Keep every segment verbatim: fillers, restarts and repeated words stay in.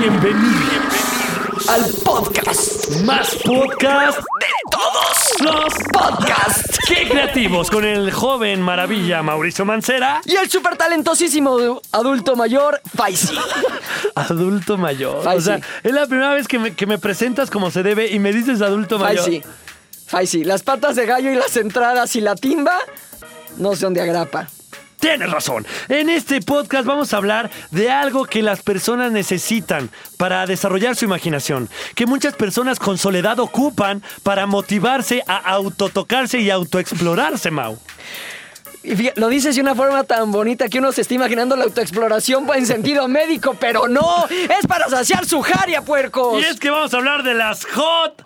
Bienvenidos al podcast más podcast de todos los podcasts. ¡Qué creativos! Con el joven maravilla Mauricio Mancera Y el súper talentosísimo adulto mayor, Faisy. adulto mayor. Faisy. O sea, es la primera vez que me, que me presentas como se debe y me dices adulto mayor. Faisy. Faisy, las patas de gallo y las entradas y la timba no son de agrapa. Tienes razón. En este podcast vamos a hablar de algo que las personas necesitan para desarrollar su imaginación, que muchas personas con soledad ocupan para motivarse a autotocarse y autoexplorarse, Mau. Y fíjate, lo dices de una forma tan bonita que uno se está imaginando la autoexploración en sentido médico, pero no, es para saciar su jaria, puercos. Y es que vamos a hablar de las hot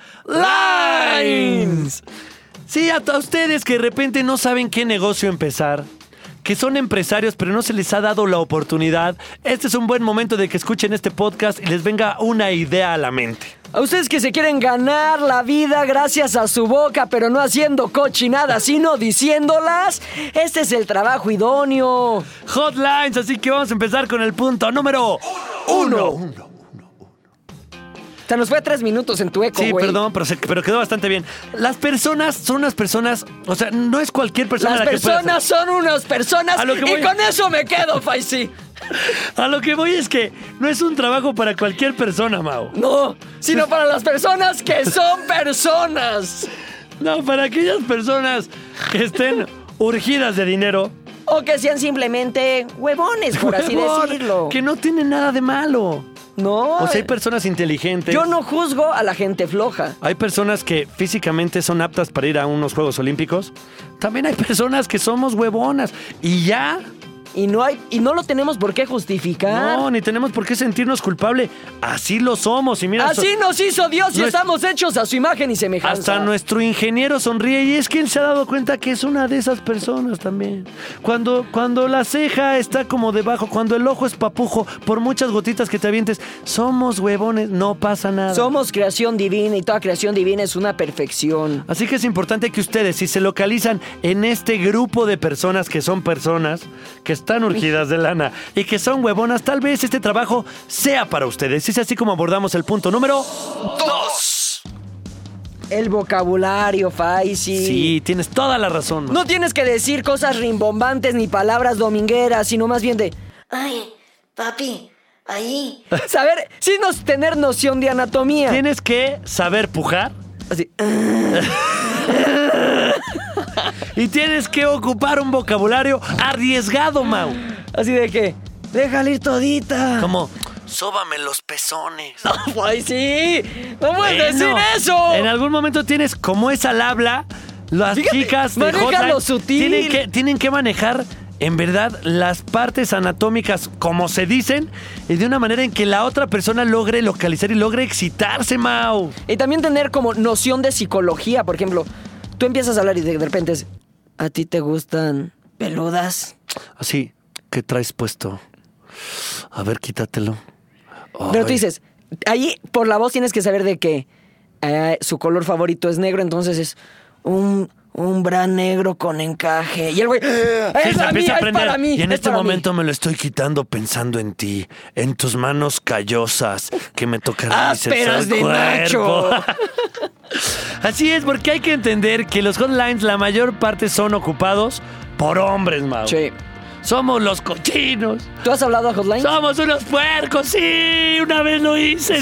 lines. Sí, a, a ustedes que de repente no saben qué negocio empezar, que son empresarios pero no se les ha dado la oportunidad, este es un buen momento de que escuchen este podcast y les venga una idea a la mente. A ustedes que se quieren ganar la vida gracias a su boca, pero no haciendo cochinadas, sino diciéndolas, este es el trabajo idóneo. Hotlines, así que vamos a empezar con el punto número uno. uno. Se nos fue tres minutos en tu eco, Sí, güey. perdón, pero, se, pero quedó bastante bien. Las personas son unas personas, o sea, no es cualquier persona Las la que puede hacer. personas son unas personas A lo que y voy- con eso me quedo, Faisy. A lo que voy es que no es un trabajo para cualquier persona, Mau. No, sino para las personas que son personas. No, para aquellas personas que estén urgidas de dinero. O que sean simplemente huevones, por así Huevón, decirlo. Que no tienen nada de malo. No. O sea, hay personas inteligentes. Yo no juzgo a la gente floja. Hay personas que físicamente son aptas para ir a unos Juegos Olímpicos. También hay personas que somos huevonas. Y ya... Y no hay, y no lo tenemos por qué justificar. No, ni tenemos por qué sentirnos culpable. Así lo somos. Y mira, Así nos hizo Dios y No es- estamos hechos a su imagen y semejanza. hasta nuestro ingeniero sonríe y es que él se ha dado cuenta que es una de esas personas también. Cuando, cuando la ceja está como debajo, cuando el ojo es papujo, por muchas gotitas que te avientes, somos huevones, no pasa nada. Somos creación divina y toda creación divina es una perfección. Así que es importante que ustedes, si se localizan en este grupo de personas que son personas, que están urgidas de lana y que son huevonas, tal vez este trabajo sea para ustedes. Es así como abordamos el punto número dos. El vocabulario, Faisy. Sí, tienes toda la razón. No tienes que decir cosas rimbombantes ni palabras domingueras, sino más bien de Ay, papi, ahí. saber, sin nos- tener noción de anatomía. Tienes que saber pujar Así. y tienes que ocupar un vocabulario arriesgado, Mau. Así de que, déjale ir todita. Como, sóbame los pezones. ¡Ay, sí! ¡No puedes Bueno, decir eso! En algún momento tienes, como es al habla, las Fíjate, chicas de manéjalo Hotline sutil. Tienen que, tienen que manejar, en verdad, las partes anatómicas como se dicen y de una manera en que la otra persona logre localizar y logre excitarse, Mau. Y también tener como noción de psicología. Por ejemplo, tú empiezas a hablar y de repente es, ¿a ti te gustan peludas? Así, ¿qué traes puesto? A ver, quítatelo. Pero tú Ay. dices, ahí por la voz tienes que saber de que eh, su color favorito es negro, entonces es un, un bra negro con encaje. Y el güey, Sí, es se para mí, empieza a es aprender. para mí. Y en es este para mí". momento me lo estoy quitando pensando en ti, en tus manos callosas que me tocarán mis ¡Ásperas de cuerpo. macho! Así es, porque hay que entender que los hotlines la mayor parte son ocupados por hombres, Mau. Sí. Somos los cochinos. ¿Tú has hablado a Hotline? Somos unos puercos, sí. Una vez lo hice,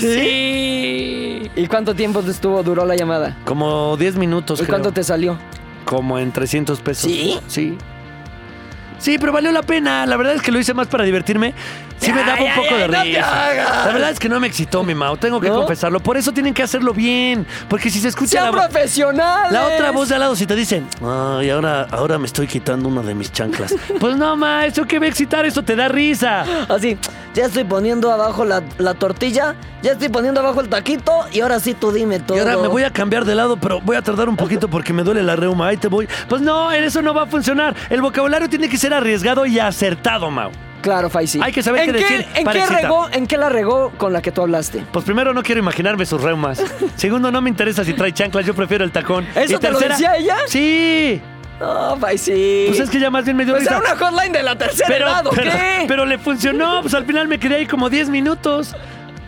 sí. ¿Y cuánto tiempo te estuvo, duró la llamada? Como diez minutos, ¿Y creo. cuánto te salió? Como en trescientos pesos. ¿Sí? Sí. Sí, pero valió la pena. La verdad es que lo hice más para divertirme. Sí me Ay, daba un ay, poco ay, de no te risa. hagas. La verdad es que no me excitó, mi Mau. Tengo que ¿No? confesarlo. Por eso tienen que hacerlo bien. Porque si se escucha ¡Sean la, vo- profesionales! la otra voz de al lado, si te dicen, ay, ahora, ahora me estoy quitando una de mis chanclas. Pues no, ma, eso que va a excitar, eso te da risa. Así, ya estoy poniendo abajo la, la tortilla, ya estoy poniendo abajo el taquito y ahora sí tú dime todo. Y ahora me voy a cambiar de lado, pero voy a tardar un poquito porque me duele la reuma. Ahí te voy. Pues no, en eso no va a funcionar. El vocabulario tiene que ser arriesgado y acertado, Mau. Claro, Faisy. Hay que saber ¿En qué decir ¿En para qué excitar. regó, ¿En qué la regó con la que tú hablaste? Pues primero, no quiero imaginarme sus reumas. Segundo, no me interesa si trae chanclas, yo prefiero el tacón. ¿Eso Y te lo tercera- decía ella? Sí. No, Faisy. Pues es que ya más bien me dio Pues risa. era una hotline de la tercera pero, edad, ¿o pero, qué? pero le funcionó, pues al final me quedé ahí como diez minutos.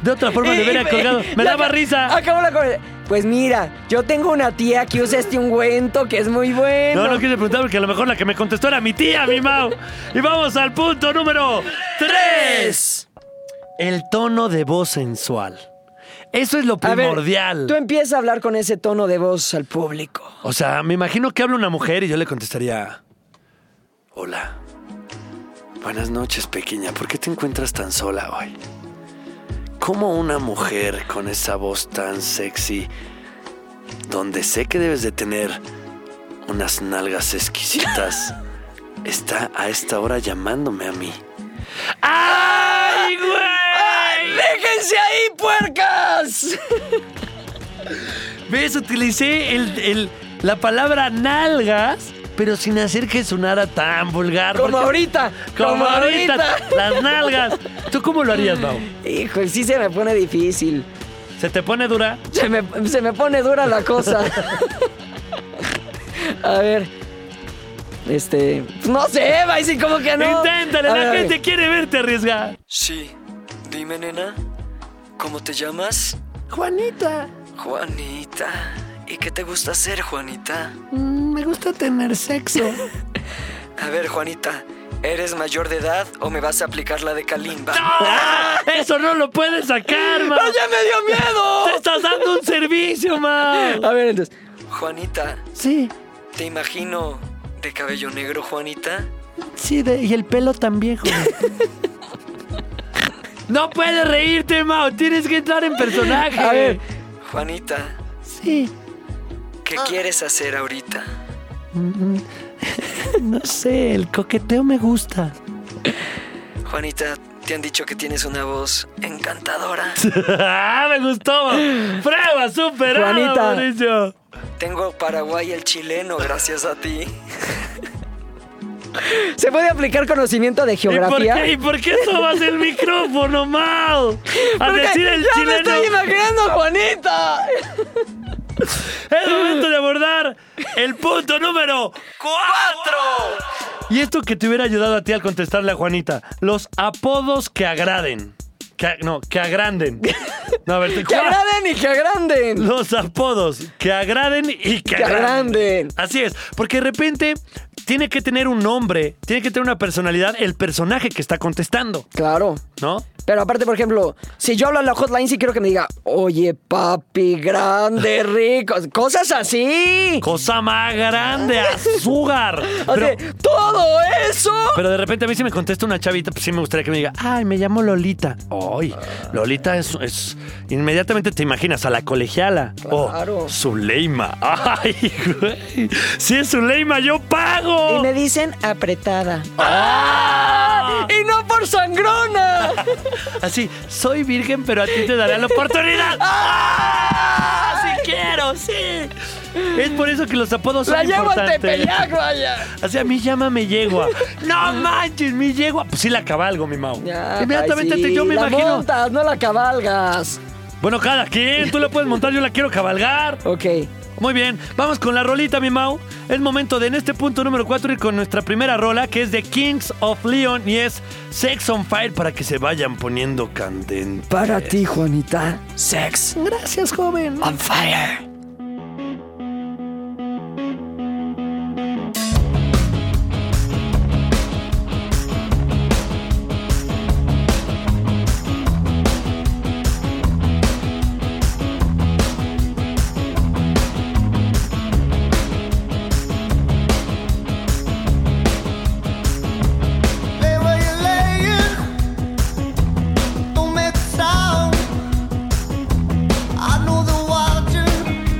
De otra forma le hubiera colgado. Me Ya daba acá- risa. Acabó la cosa. Pues mira, yo tengo una tía que usa este ungüento que es muy bueno. No, no quise preguntar porque a lo mejor la que me contestó era mi tía, mi Mau. Y vamos al punto número tres. El tono de voz sensual. Eso es lo A ver, primordial. tú empieza a hablar con ese tono de voz al público. O sea, me imagino que habla una mujer y yo le contestaría: hola. Buenas noches, pequeña. ¿Por qué te encuentras tan sola hoy? ¿Cómo una mujer con esa voz tan sexy, donde sé que debes de tener unas nalgas exquisitas, está a esta hora llamándome a mí? ¡Ay, güey! ¡Déjense ahí, puercas! ¿Ves? Utilicé el, el- la palabra nalgas, pero sin hacer que sonara tan vulgar. Como porque- ahorita. Como ahorita, las nalgas. ¿Tú cómo lo harías, Mau? Hijo, sí se me pone difícil. ¿Se te pone dura? Se me, se me pone dura la cosa. A ver. Este. No sé, va a decir como que no. Inténtale, A la ver, a ver. gente quiere verte arriesgar. Sí, dime, nena, ¿cómo te llamas? Juanita, Juanita. ¿Y qué te gusta hacer, Juanita? mm, me gusta tener sexo. A ver, Juanita, ¿eres mayor de edad o me vas a aplicar la de Kalimba? ¡Ah! ¡Eso no lo puedes sacar, Mau! ¡Ya me dio miedo! ¡Te estás dando un servicio, Mau! A ver, entonces. Juanita, Sí, ¿te imagino de cabello negro, Juanita? sí, de- y el pelo también, joven. No puedes reírte, Mau. Tienes que entrar en personaje. A ver. Juanita, Sí. ¿qué quieres hacer ahorita? No sé, el coqueteo me gusta. Juanita, te han dicho que tienes una voz encantadora. ¡Ah, me gustó! ¡Prueba superada, Juanita. Mauricio! Tengo Paraguay el chileno gracias a ti. ¿Se puede aplicar conocimiento de ¿Y por, geografía? qué, ¿Y por qué sobas el micrófono, Mau? A Porque decir el ya me chileno. estoy imaginando, Juanita. Es momento de abordar el punto número cuatro. Y esto que te hubiera ayudado a ti al contestarle a Juanita. Los apodos que agraden. Que, no, que agranden. No, a ver, te- Que agraden y que agranden. Los apodos que agraden y que, Que agranden. agranden. Así es, porque de repente tiene que tener un nombre, tiene que tener una personalidad el personaje que está contestando, Claro. ¿no? Pero aparte, por ejemplo, si yo hablo a la hotline, sí quiero que me diga, oye, papi, grande, rico, cosas así. Cosa más grande, azúcar. O Pero, sea, todo eso. pero de repente a mí si me contesta una chavita, pues sí me gustaría que me diga, ay, me llamo Lolita. Ay, Lolita es, es... Inmediatamente te imaginas a la colegiala. Claro. Oh, Zuleima. Ay, güey. Si es Zuleima, yo pago. Y me dicen apretada. ¡Ah! Y no por sangrona. Así, soy virgen, pero a ti te daré la oportunidad. ¡Ah! ¡Sí quiero, sí! Es por eso que los apodos son La llevo al importantes. Tepeyac, vaya. Así, a mí llámame yegua. ¡No manches, mi yegua! Pues sí la cabalgo, mi Mau. Ya, Inmediatamente ay, te- sí, yo me la imagino... montas, no la cabalgas. Bueno, cada quien, tú la puedes montar, yo la quiero cabalgar. Ok. Muy bien, vamos con la rolita, mi Mau. Es momento de en este punto número cuatro ir con nuestra primera rola, que es de Kings of Leon y es Sex on Fire, para que se vayan poniendo candentes. Para ti, Juanita. Sex. Gracias, joven. On fire. Lay where you're laying, don't make a sound. I know they're watching.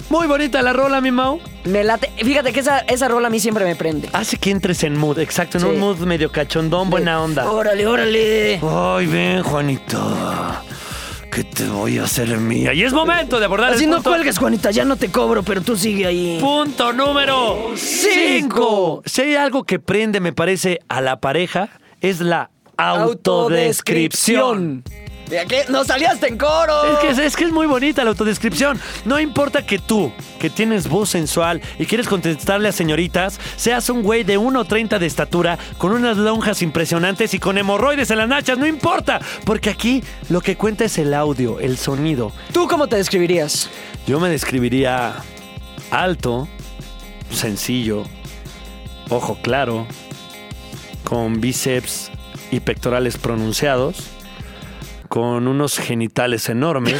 Muy bonita la rola, mi Mau. Me late. Fíjate que esa, esa rola a mí siempre me prende. Hace que entres en mood, exacto, en Sí. un mood medio cachondón, buena onda. Órale, órale. Ay, ven, Juanito. ¿Qué te voy a hacer mía? Y es momento de abordar Así el no punto... cuelgues, Juanita, ya no te cobro, pero tú sigue ahí. Punto número cinco. Si hay algo que prende, me parece, a la pareja, es la autodescripción. ¿De qué? ¡No salías en coro! Es que es, es que es muy bonita la autodescripción. No importa que tú, que tienes voz sensual y quieres contestarle a señoritas, seas un güey de uno treinta de estatura, con unas lonjas impresionantes y con hemorroides en las nachas, no importa. Porque aquí lo que cuenta es el audio, el sonido. ¿Tú cómo te describirías? Yo me describiría alto, sencillo, ojo claro, con bíceps y pectorales pronunciados, con unos genitales enormes.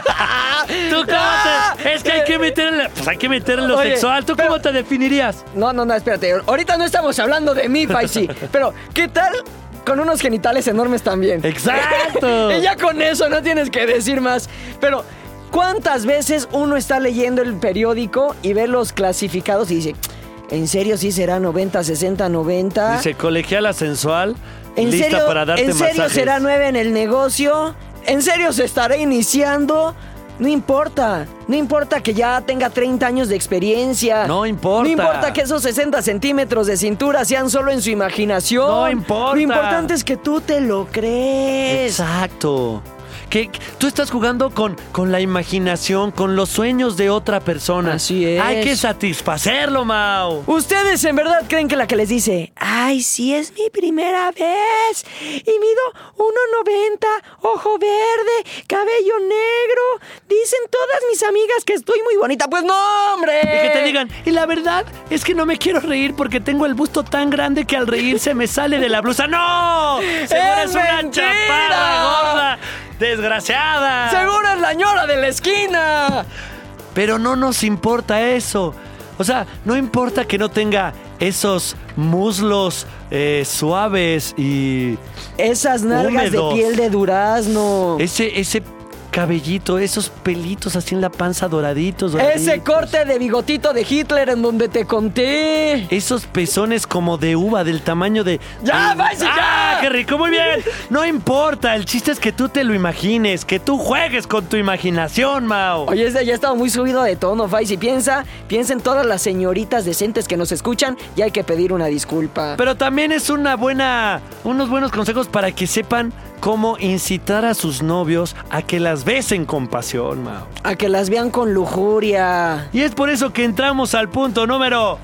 ¿Tú cómo te...? Es que hay que meter en, la- pues hay que meter en lo Oye, sexual. ¿Tú pero- cómo te definirías? No, no, no, espérate. Ahorita no estamos hablando de mí, Faisy. Pero, ¿qué tal con unos genitales enormes también? ¡Exacto! Y ya con eso no tienes que decir más. Pero, ¿cuántas veces uno está leyendo el periódico y ve los clasificados y dice, ¿en serio sí será noventa, sesenta, noventa? Dice, colegiala sensual, ¿En lista serio, para darte ¿En serio masajes. será nueve en el negocio? ¿En serio se estará iniciando? No importa, no importa que ya tenga treinta años de experiencia. No importa. No importa que esos sesenta centímetros de cintura sean solo en su imaginación. No importa. Lo importante es que tú te lo crees. Exacto. Que que tú estás jugando con, con la imaginación, con los sueños de otra persona. Así es. Hay que satisfacerlo, Mau. ¿Ustedes en verdad creen que la que les dice, ay, sí es mi primera vez y mido uno noventa, ojo verde, cabello negro, dicen todas mis amigas que estoy muy bonita? Pues no, hombre. Y que te digan, y la verdad es que no me quiero reír porque tengo el busto tan grande que al reír se me sale de la blusa. ¡No! ¡Seguro ¡Es es una mentira! chaparra gorda! ¡Desgraciada! Seguro es la ñora de la esquina. Pero no nos importa eso. O sea, no importa que no tenga esos muslos eh, suaves y Esas nalgas húmedos. de piel de durazno. Ese, ese cabellito, esos pelitos así en la panza doraditos, doraditos. Ese corte de bigotito de Hitler en donde te conté. Esos pezones como de uva, del tamaño de... ¡Ya, de- Faisy, ya! ¡Ah, qué rico! Muy bien. No importa, el chiste es que tú te lo imagines, que tú juegues con tu imaginación, Mau. Oye, este ya estaba muy subido de tono, Faisy. Piensa, piensa en todas las señoritas decentes que nos escuchan y hay que pedir una disculpa. Pero también es una buena, unos buenos consejos para que sepan cómo incitar a sus novios a que las besen con pasión, Mau. A que las vean con lujuria. Y es por eso que entramos al punto número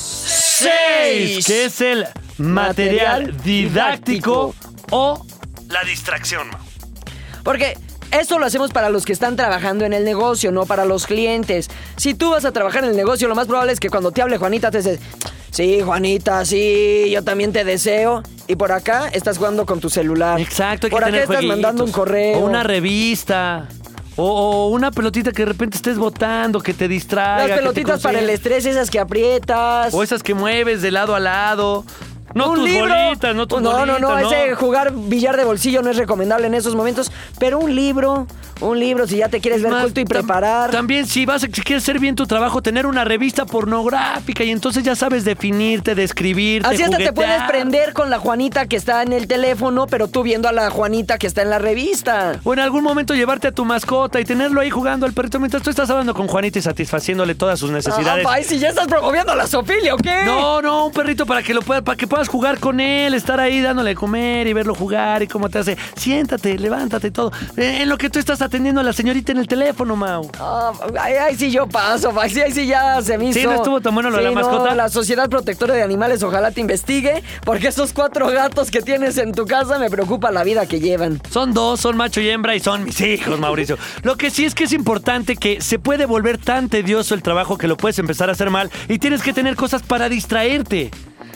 seis, que es el material, Material didáctico, didáctico. o la distracción, Mau. Porque esto lo hacemos para los que están trabajando en el negocio, no para los clientes. Si tú vas a trabajar en el negocio, lo más probable es que cuando te hable Juanita te dices, sí, Juanita, sí, yo también te deseo. Y por acá estás jugando con tu celular. Exacto, hay que Por acá tener estás jueguitos. mandando un correo. O una revista. O, o una pelotita que de repente estés botando, que te distraiga. Las que te pelotitas para el consiga- estrés, esas que aprietas. O esas que mueves de lado a lado. No un tus libro. bolitas, no tus no, bolitas, no, no, ese jugar billar de bolsillo no es recomendable en esos momentos. Pero un libro, un libro, si ya te quieres ver Más, culto y tam- preparar. También si vas a, si quieres hacer bien tu trabajo, tener una revista pornográfica y entonces ya sabes definirte, describirte, Así hasta te juguetear. puedes prender con la Juanita que está en el teléfono, pero tú viendo a la Juanita que está en la revista. O en algún momento llevarte a tu mascota y tenerlo ahí jugando al perrito mientras tú estás hablando con Juanita y satisfaciéndole todas sus necesidades. Ah, ay, si ya estás promoviendo a la Sofilia, ¿o qué? No, no, un perrito para que lo pueda, para que puedas jugar con él, estar ahí dándole de comer y verlo jugar y cómo te hace. Siéntate, levántate y todo. En lo que tú estás atendiendo a la señorita en el teléfono, Mau. Ah, ay, ay, sí yo paso, ay, sí, ay, sí ya se me hizo. Sí, ¿no estuvo tan bueno lo de Sí, la no, mascota? la Sociedad Protectora de Animales ojalá te investigue, porque esos cuatro gatos que tienes en tu casa me preocupa la vida que llevan. Son dos, son macho y hembra y son mis hijos, Mauricio. Lo que sí es que es importante que se puede volver tan tedioso el trabajo que lo puedes empezar a hacer mal y tienes que tener cosas para distraerte.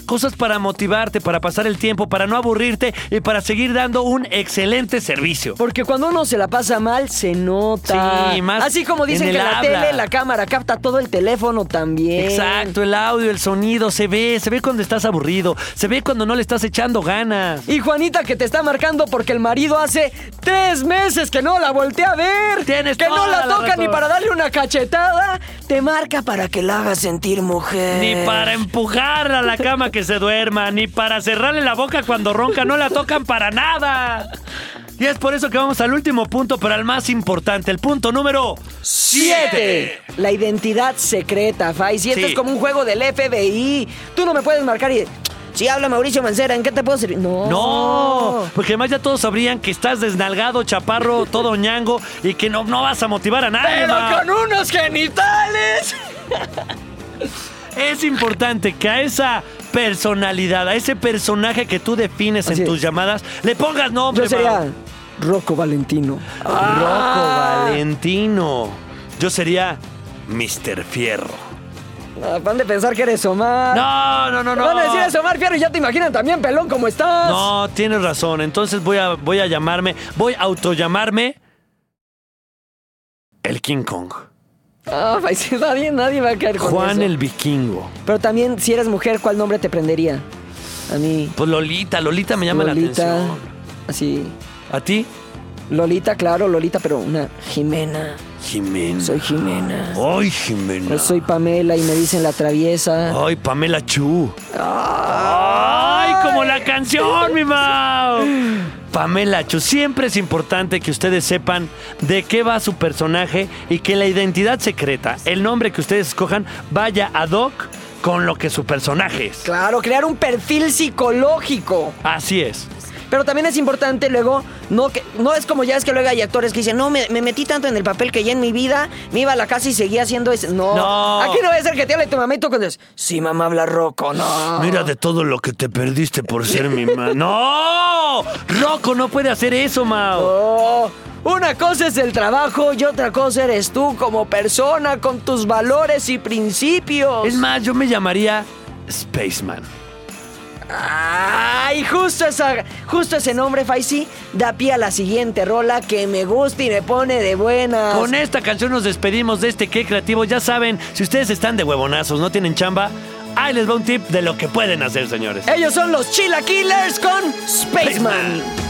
Cosas para motivarte, para pasar el tiempo, para no aburrirte y para seguir dando un excelente servicio. Porque cuando uno se la pasa mal, se nota. Sí, más Así como dicen en que el la habla. tele, la cámara capta todo, el teléfono también. Exacto, el audio, el sonido, se ve, se ve cuando estás aburrido, se ve cuando no le estás echando ganas. Y Juanita que te está marcando porque el marido hace tres meses que no la voltea a ver. Tienes que no toda la la toca razón. ni para darle una cachetada. Te marca para que la hagas sentir mujer. Ni para empujarla a la cama que se duerma, ni para cerrarle la boca cuando ronca, no la tocan para nada. Y es por eso que vamos al último punto, pero al más importante, el punto número siete. La identidad secreta, Fai. Si esto Sí. es como un juego del F B I. Tú no me puedes marcar y... Si habla Mauricio Mancera, ¿en qué te puedo servir? No. No, porque además ya todos sabrían que estás desnalgado, chaparro, todo ñango y que no, no vas a motivar a nadie. ¡Pero ma. con unos genitales! Es importante que a esa personalidad, a ese personaje que tú defines Así en es. tus llamadas, le pongas nombre. Yo sería ma. Rocco Valentino. Rocco Ah. Valentino. Yo sería mister Fierro. Ah, van de pensar que eres Omar. No, no, no, no. Van a decir es Omar Fierro y ya te imaginan también, pelón, ¿cómo estás? No, tienes razón. Entonces voy a, voy a llamarme, voy a autollamarme el King Kong. Ah, pues, nadie, nadie va a caer con Juan eso. el Vikingo. Pero también, si eres mujer, ¿cuál nombre te prendería? A mí, Pues Lolita, Lolita me llama Lolita. la atención. Así. ¿A ti? Lolita, claro, Lolita, pero una Jimena. Jimena. Soy Jimena. Ay, Jimena. Pues soy Pamela y me dicen la traviesa. Ay, Pamela Chu. Ay, como la canción, mi Mau. Pamela Chu. Siempre es importante que ustedes sepan de qué va su personaje y que la identidad secreta, el nombre que ustedes escojan, vaya ad hoc con lo que su personaje es. Claro, crear un perfil psicológico. Así es. Pero también es importante luego, no que no es como ya es que luego hay actores que dicen, no, me, me metí tanto en el papel que ya en mi vida me iba a la casa y seguía haciendo eso. No, No. aquí no va a ser que te hable tu mamá y tú cuando dices, sí, mamá habla Rocco, no. Mira de todo lo que te perdiste por ser mi mamá. ¡No! Rocco no puede hacer eso, Mau. Oh, una cosa es el trabajo y otra cosa eres tú como persona con tus valores y principios. Es más, yo me llamaría Spaceman. Ay, justo, esa, justo ese nombre, Faisy, da pie a la siguiente rola que me gusta y me pone de buenas. Con esta canción nos despedimos de este Qué Creativo. Ya saben, si ustedes están de huevonazos, no tienen chamba, ahí les va un tip de lo que pueden hacer, señores. Ellos son los Chila Killers con Spaceman. Spaceman.